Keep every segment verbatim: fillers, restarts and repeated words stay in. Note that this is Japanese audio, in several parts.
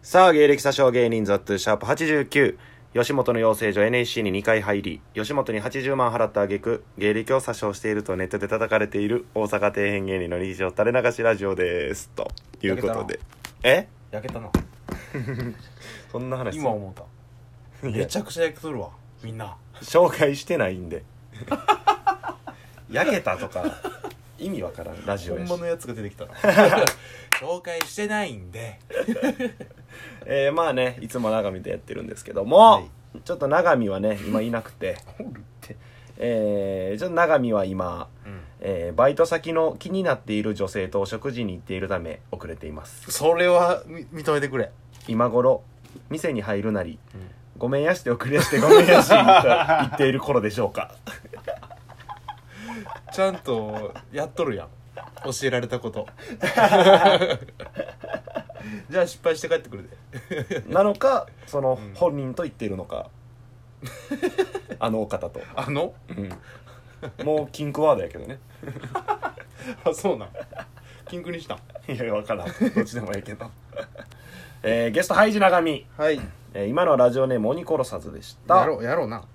さあ芸歴詐称芸人ザットゥシャープはちじゅうきゅう、吉本の養成所 エヌエーシー ににかい入り、吉本にはちじゅうまん払った挙句芸歴を詐称しているとネットで叩かれている大阪底辺芸人の日常垂れ流しラジオですということで、え焼けたなそんな話今思っためちゃくちゃ焼けとるわみんな紹介してないんで焼けたとか意味わからんラジオやし本物のやつが出てきたな紹介してないんでえー、まあねいつも長見でやってるんですけども、はい、ちょっと長見はね今いなくておるってえー、ちょっと長見は今、うんえー、バイト先の気になっている女性とお食事に行っているため遅れています。 それは認めてくれ。 今頃店に入るなり、うん、ごめんやして遅れやしてごめんやしと言っている頃でしょうかちゃんとやっとるやん教えられたことじゃあ失敗して帰ってくるでなのかその本人と言っているのか、うん、あのお方とあの、 うん、もうキンクワードやけどねあそうなんキンクにしたんいや分からんどっちでもいいけどえー、ゲストハイジ長見、 はいえー、今のラジオネーム鬼殺さずでした。 やろうやろうな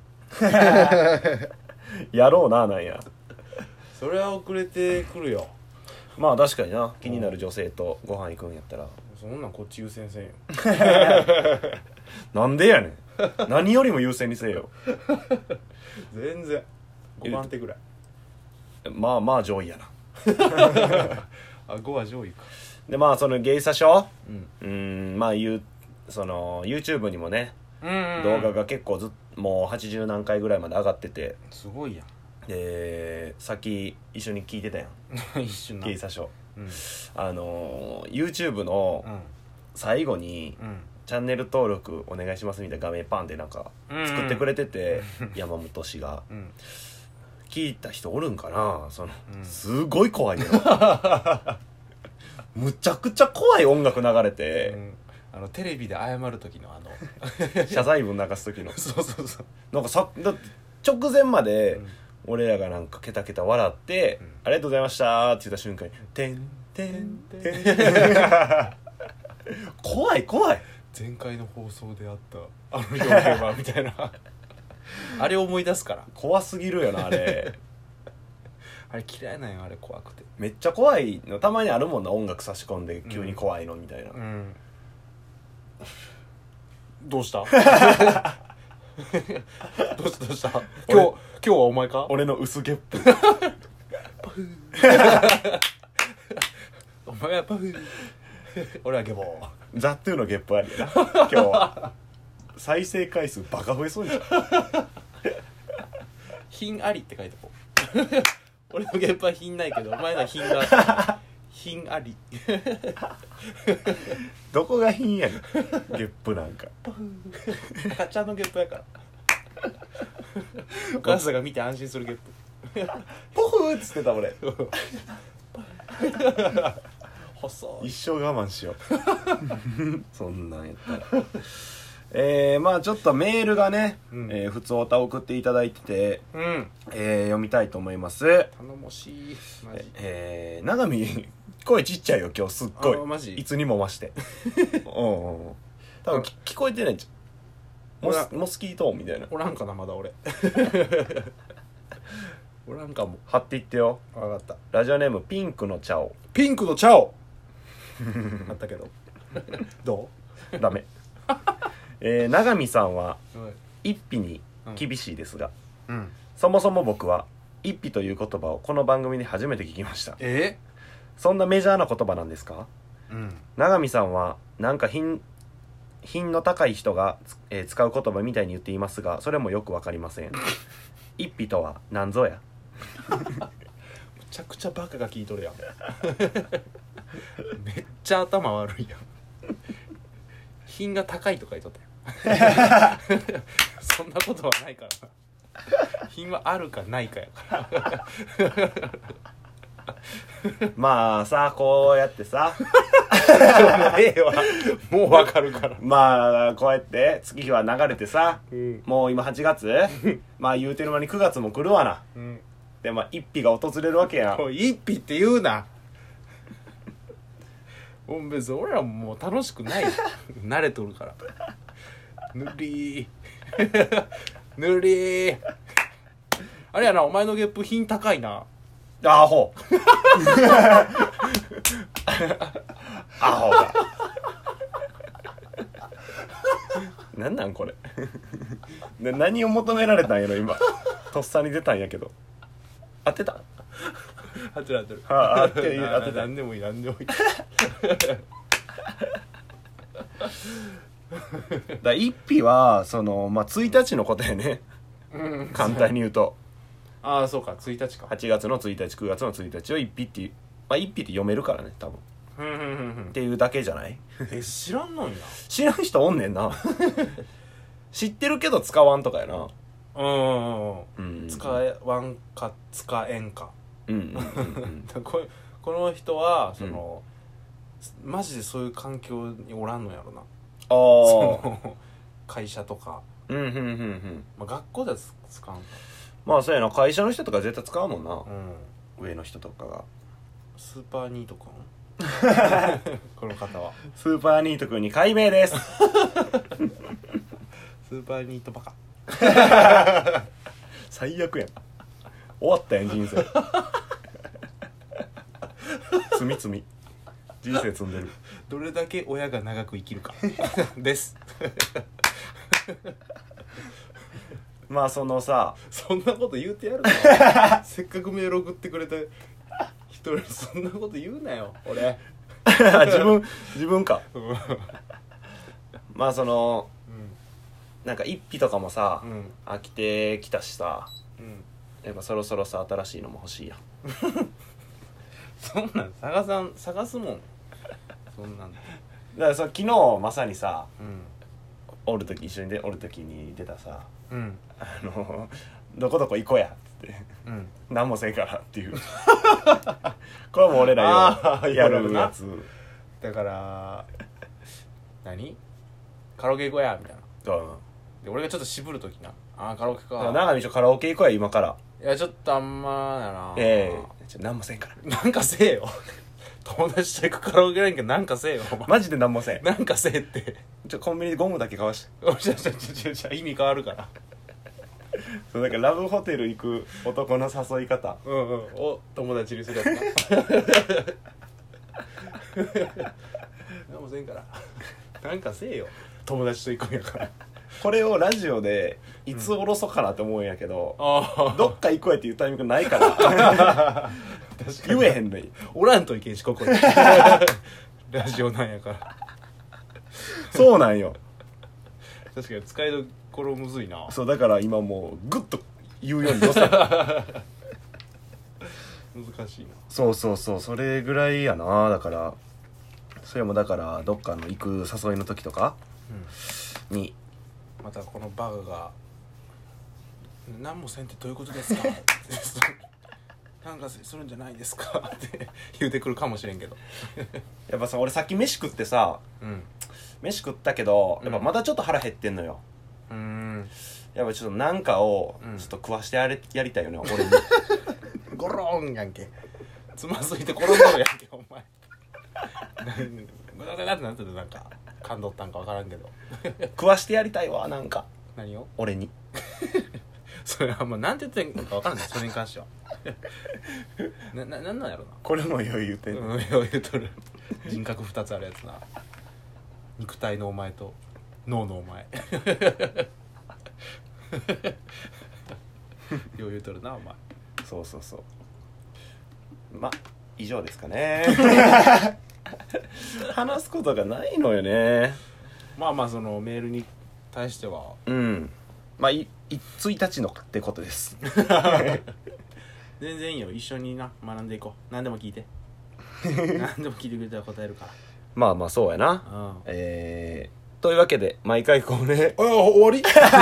やろうななんや。 それは遅れてくるよ。 まあ確かにな気になる女性とご飯行くんやったらそんなんこっち優先せんよなんでやねん何よりも優先にせよ全然ごばん手ぐらいまあまあ上位やなあごは上位か。 でまあそのゲイ詐称うん、 うんまあ言うその YouTube にもね、 うんうんうん、 動画が結構ずっもうはちじゅうなんかいぐらいまで上がっててすごいやん。 でさっき一緒に聞いてたやん一緒なゲイ詐称、 うん、 あの YouTube の最後に、うん、チャンネル登録お願いしますみたいな画面パンでなんか作ってくれてて、うんうん、山本氏が、うん、聞いた人おるんかなその、うん、すごい怖いよむちゃくちゃ怖い音楽流れて、うん、 あのテレビで謝る時のあの謝罪文流す時のそうそうそうなんかさだって直前まで、うん、俺らがなんかケタケタ笑って、うん、ありがとうございましたって言った瞬間にてんてんてん怖い怖い前回の放送であったあの表現はみたいなあれを思い出すから怖すぎるよなあれあれ嫌いなんよあれ怖くてめっちゃ怖いのたまにあるもんな音楽差し込んで急に怖いのみたいな、うんうん、 どうしたどうしたどうした今日今日はお前か俺の薄ゲップパフお前はパフ俺はゲボーザ・トゥーのゲップありやな今日は再生回数バカ増えそうじゃん品ありって書いてこう俺のゲップは品ないけどお前のは品がある品ありどこが品やねんゲップなんか赤ちゃんのゲップやからお母さんが見て安心するゲップポフーっつってた俺細い一生我慢しようそんなんやったらえー、まあちょっとメールがね、うんえー、普通おた送っていただいてて、うんえー、読みたいと思います。 頼もしいマジえー、長見声ちっちゃいよ今日すっごいマジいつにも増してうんうん多分聞こえてないんちゃうモスモスキートーンみたいなおらんかなまだ俺おらんかも貼っていってよ。 分かった。 ラジオネームピンクのチャオピンクのチャオあったけどどうダメえー、長見さんは一匹に厳しいですが、うんうん、そもそも僕は一匹という言葉をこの番組で初めて聞きました。 えー、そんなメジャーな言葉なんですか？うん、長見さんはなんか品品の高い人が、えー、使う言葉みたいに言っていますがそれもよくわかりません一匹とは何ぞやむちゃくちゃバカが聞いとるやんめっちゃ頭悪いやん品が高いとか言っとったよそんなことはないからな品はあるかないかやからまあさこうやってさええわもうわかるからまあこうやって月日は流れてさ、うん、もう今はちがつまあ言うてる間にくがつも来るわな、うん、でまあ一匹が訪れるわけやん。 一匹って言うなもう別に俺らももう楽しくない慣れとるからぬりーぬりーあれやな、お前のゲップ品高いな。 アホアホがなんなんこれで何を求められたんやろ今とっさに出たんやけど合ってた合ってる合ってるあ合ってる合ってた何でもいい何でもいいだいっぴはそのまあついたちのことやね、 うん、 簡単に言うとああそうかついたちかはちがつのついたちくがつのついたちをいっぴっていう、まあ、いっぴって読めるからね多分ふんふんふんふんっていうだけじゃないえ知らんのんや知らん人おんねんな知ってるけど使わんとかやなうんうんうん、 うん、 使わんか使えんかうんうんうんうんここの人はその、うん、マジでそういう環境におらんのやろなあその会社とかうんうんうんうんまあ、学校では使うんかまあそうやな会社の人とか絶対使うもんな、 うん、 上の人とかがスーパーニートくんこの方はスーパーニートくんに改名ですスーパーニートバカ最悪やん終わったやん人生積み積み人生積んでるどれだけ親が長く生きるかですまあそのさそんなこと言うてやるかせっかくメール送ってくれた人にそんなこと言うなよ俺自分自分かうんまあそのなんか一匹とかもさ、 うん飽きてきたしさうんやっぱそろそろさ新しいのも欲しいやんそんなん探さん探すもんそんなんだからさ昨日まさにさうんおる時一緒にでおる時に出たさうんあのどこどこ行こうやっつってうん何もせんからっていうこれも俺らあーよやるやつだから何カラオケ行こうやみたいなうんで俺がちょっと渋るときなあーカラオケか長見ちょカラオケ行こうや今からいやちょっとあんまやなええー、ちょ何もせんからなんかせえよ友達と行くカラオケランけどなんかせえよお前マジで何もせんなんかせえってちょコンビニでゴムだけ買わしておじゃじゃじゃじゃじゃ意味変わるからそうだからラブホテル行く男の誘い方うんうんお友達にするやつな何もせんからなんかせえよ友達と行くんやからこれをラジオでいつ下ろそうかなって思うんやけど、 あどっか行こうやっていうタイミングないから言えへんのにおらんといけんしここにラジオなんやからそうなんよ確かに使いどころむずいなそうだから今もうグッと言うように寄せた難しいなそうそうそうそれぐらいやなだからそれもだからどっかの行く誘いの時とかに、 うん、またこのバカが何もせんってどういうことですかなんかするんじゃないですかって言うてくるかもしれんけどやっぱさ俺さっき飯食ってさうん飯食ったけどうんやっぱまだちょっと腹減ってんのよ、 うーんやっぱちょっとなんかをうんちょっと食わしてやれやりたいよね俺にゴローンやんけつまずいて転んだるやんけお前グダグダってなってたなんか感動ったんか分からんけど食わしてやりたいわなんか何を俺にそれはまあなんて言ってんか分からんないそれに関してはな、な、なんなんやろなこれも余裕ってんの、 うん、言うとる人格ふたつあるやつな肉体のお前と脳のお前よう言うとるなお前そうそうそうま以上ですかね話すことがないのよねまあまあそのメールに対してはうんまあいいついたちのってことです全然いいよ一緒にな学んでいこう何でも聞いて何でも聞いてくれたら答えるかまあまあそうやならうんえー、というわけで毎回こうねあ終わり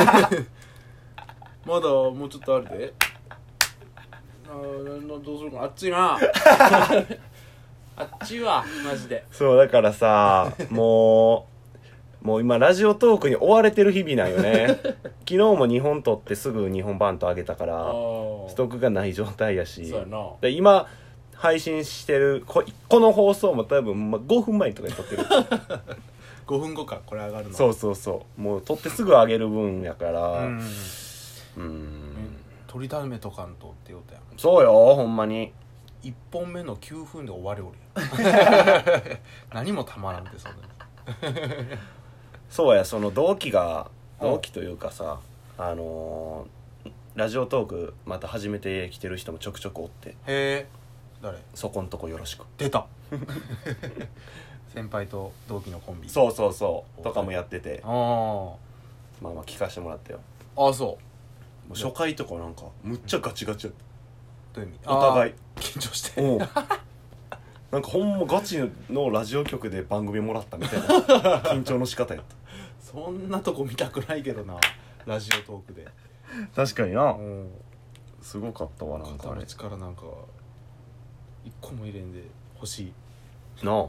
まだもうちょっとあるであーどうするかな暑いなあっちいわマジでそうだからさもうもう今ラジオトークに追われてる日々なんよね昨日もにほん撮ってすぐにほんバンと上げたからあーストックがない状態やしそうやなで今配信してる こ, この放送も多分、ま、ごふんまえとかに撮ってるごふんごかこれ上がるの。 そうそうそうもう撮ってすぐ上げる分やからうんうん取りためとかんとって言うたやん。 そうよほんまにいっぽんめのきゅうふんで終わりおるやん何もたまらんってそんなそうやその同期が同期というかさあのー、ラジオトークまた始めてきてる人もちょくちょくおってへえ誰そこんとこよろしく出た先輩と同期のコンビそうそうそうとかもやっててあまあまあ聞かせてもらったよああそもう初回とかなんかむっちゃガチガチやっうどういう意味たお互いあー緊張してうんなんかほんまガチのラジオ局で番組もらったみたいな緊張の仕方やっそんなとこ見たくないけどなラジオトークでた確かになうんすごかったわなんか肩のあれ力なんか一個も入れんで欲しいな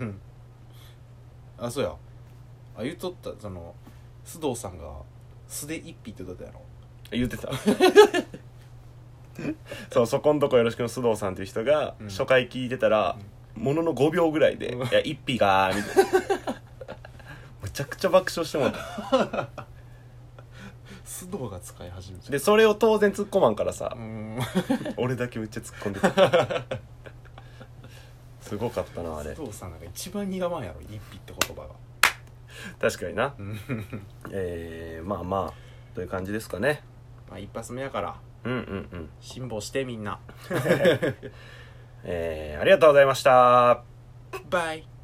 あそうやあ言うとったその須藤さんが素で一匹って言ってたやろ言ってたそうそこんとこよろしくの須藤さんっていう人が、 うん初回聞いてたら、もののごびょうぐらいで「 うんいや一匹が」みたいなむちゃくちゃ爆笑してもらった須藤が使い始めちゃうでそれを当然突っ込まんからさう、ん俺だけめっちゃ突っ込んでたすごかったなあれ須藤さんなんか一番苦まんやろ一匹って言葉が確かになうんえー、まあまあという感じですかねまあ一発目やからうんうんうん辛抱してみんなえー、ありがとうございましたバイ